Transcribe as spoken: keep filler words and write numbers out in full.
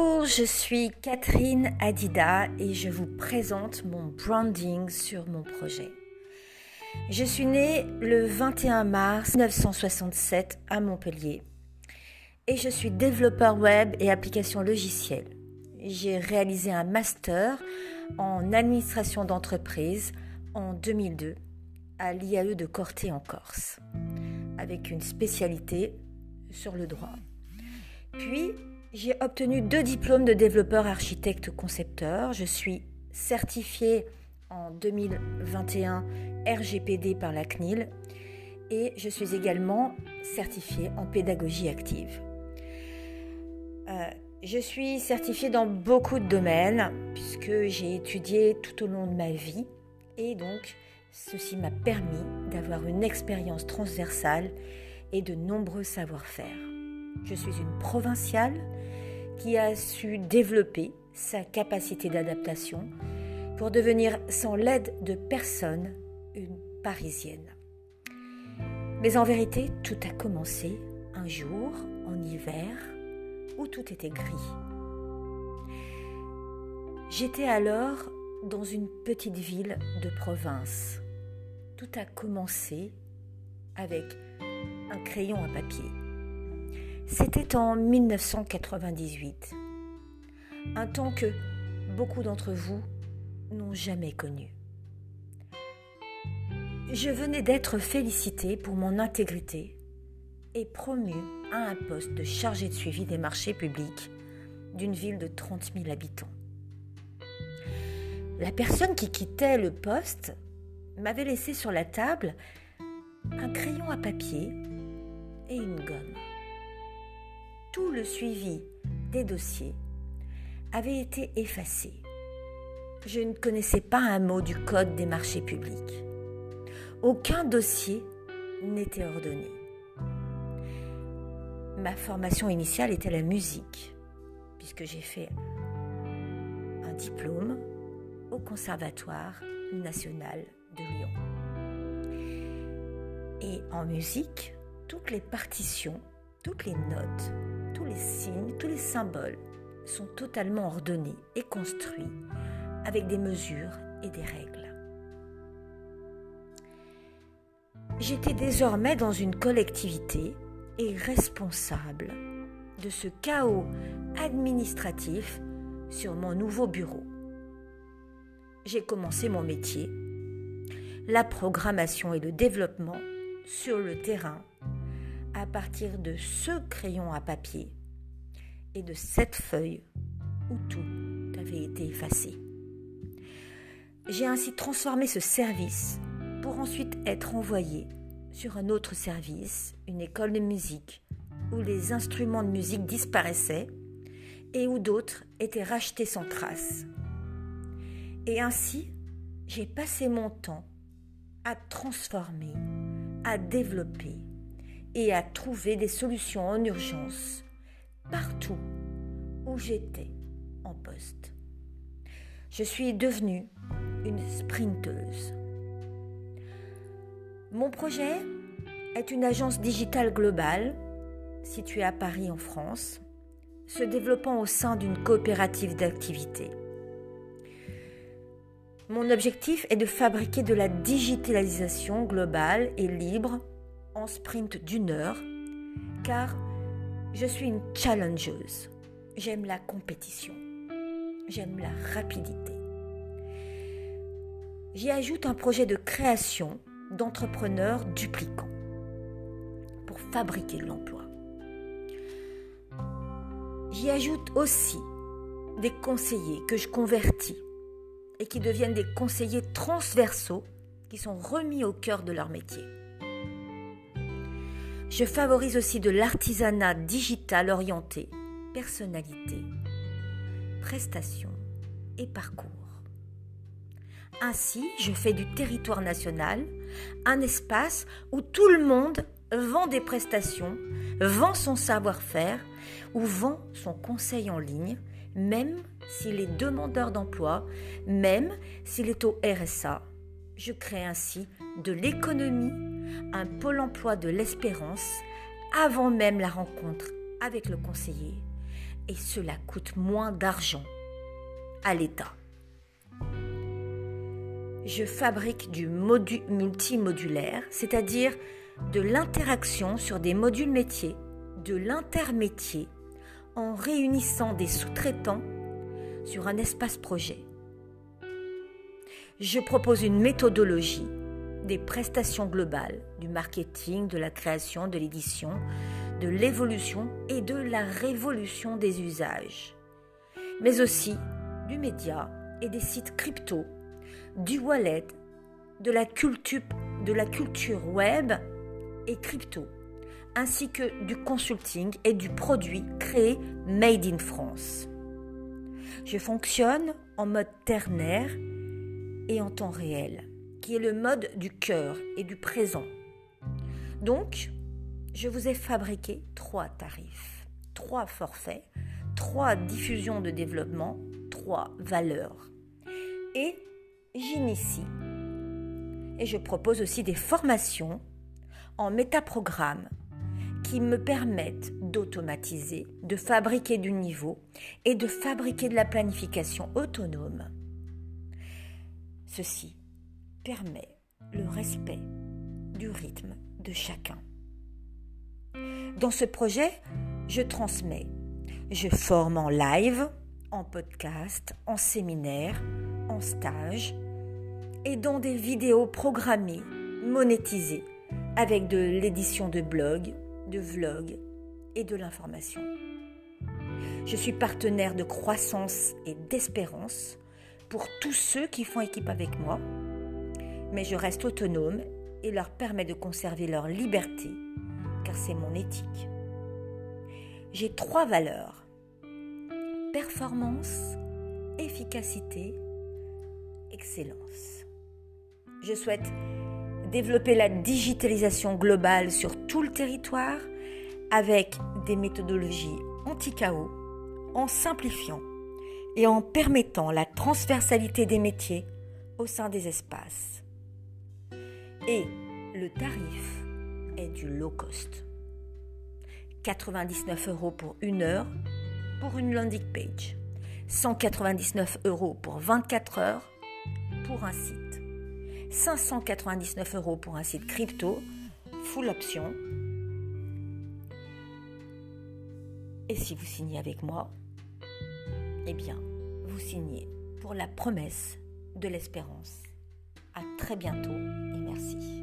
Bonjour, je suis Catherine Adida et je vous présente mon branding sur mon projet. Je suis née le vingt et un mars mille neuf cent soixante-sept à Montpellier et je suis développeur web et applications logicielles. J'ai réalisé un master en administration d'entreprise en deux mille deux à l'I A E de Corté en Corse, avec une spécialité sur le droit. Puis, j'ai obtenu deux diplômes de développeur architecte concepteur. Je suis certifiée en deux mille vingt et un R G P D par la C N I L et je suis également certifiée en pédagogie active. Euh, je suis certifiée dans beaucoup de domaines puisque j'ai étudié tout au long de ma vie et donc ceci m'a permis d'avoir une expérience transversale et de nombreux savoir-faire. Je suis une provinciale qui a su développer sa capacité d'adaptation pour devenir, sans l'aide de personne, une Parisienne. Mais en vérité, tout a commencé un jour, en hiver, où tout était gris. J'étais alors dans une petite ville de province. Tout a commencé avec un crayon à papier. C'était en mille neuf cent quatre-vingt-dix-huit, un temps que beaucoup d'entre vous n'ont jamais connu. Je venais d'être félicitée pour mon intégrité et promue à un poste de chargée de suivi des marchés publics d'une ville de trente mille habitants. La personne qui quittait le poste m'avait laissé sur la table un crayon à papier et une gomme. Tout le suivi des dossiers avait été effacé. Je ne connaissais pas un mot du code des marchés publics. Aucun dossier n'était ordonné. Ma formation initiale était la musique, puisque j'ai fait un diplôme au Conservatoire national de Lyon. Et en musique, toutes les partitions, toutes les notes, tous les signes, tous les symboles sont totalement ordonnés et construits avec des mesures et des règles. J'étais désormais dans une collectivité et responsable de ce chaos administratif sur mon nouveau bureau. J'ai commencé mon métier, la programmation et le développement sur le terrain à partir de ce crayon à papier et de cette feuille où tout avait été effacé. J'ai ainsi transformé ce service pour ensuite être envoyé sur un autre service, une école de musique, où les instruments de musique disparaissaient et où d'autres étaient rachetés sans trace. Et ainsi, j'ai passé mon temps à transformer, à développer et à trouver des solutions en urgence partout où j'étais en poste. Je suis devenue une sprinteuse. Mon projet est une agence digitale globale située à Paris en France, se développant au sein d'une coopérative d'activité. Mon objectif est de fabriquer de la digitalisation globale et libre en sprint d'une heure, car je suis une challengeuse. J'aime la compétition. J'aime la rapidité. J'y ajoute un projet de création d'entrepreneurs duplicants pour fabriquer de l'emploi. J'y ajoute aussi des conseillers que je convertis et qui deviennent des conseillers transversaux qui sont remis au cœur de leur métier. Je favorise aussi de l'artisanat digital orienté, personnalité, prestations et parcours. Ainsi, je fais du territoire national un espace où tout le monde vend des prestations, vend son savoir-faire ou vend son conseil en ligne, même s'il est demandeur d'emploi, même s'il est au R S A. Je crée ainsi de l'économie, un pôle emploi de l'espérance avant même la rencontre avec le conseiller et cela coûte moins d'argent à l'État. Je fabrique du modu- multimodulaire, c'est-à-dire de l'interaction sur des modules métiers, de l'intermétier, en réunissant des sous-traitants sur un espace projet. Je propose une méthodologie, des prestations globales, du marketing, de la création, de l'édition, de l'évolution et de la révolution des usages, mais aussi du média et des sites crypto, du wallet, de la culture, de la culture web et crypto, ainsi que du consulting et du produit créé Made in France. Je fonctionne en mode ternaire et en temps réel, qui est le mode du cœur et du présent. Donc, je vous ai fabriqué trois tarifs, trois forfaits, trois diffusions de développement, trois valeurs. Et j'initie et je propose aussi des formations en métaprogramme qui me permettent d'automatiser, de fabriquer du niveau et de fabriquer de la planification autonome. Ceci permet le respect du rythme de chacun. Dans ce projet, je transmets, je forme en live, en podcast, en séminaire, en stage et dans des vidéos programmées, monétisées, avec de l'édition de blogs, de vlogs et de l'information. Je suis partenaire de croissance et d'espérance pour tous ceux qui font équipe avec moi, mais je reste autonome et leur permets de conserver leur liberté, car c'est mon éthique. J'ai trois valeurs: performance, efficacité, excellence. Je souhaite développer la digitalisation globale sur tout le territoire avec des méthodologies anti-chaos, en simplifiant et en permettant la transversalité des métiers au sein des espaces. Et le tarif est du low cost. quatre-vingt-dix-neuf euros pour une heure pour une landing page, cent quatre-vingt-dix-neuf euros pour vingt-quatre heures pour un site, cinq cent quatre-vingt-dix-neuf euros pour un site crypto, full option. Et si vous signez avec moi, eh bien, vous signez pour la promesse de l'espérance. À très bientôt et merci.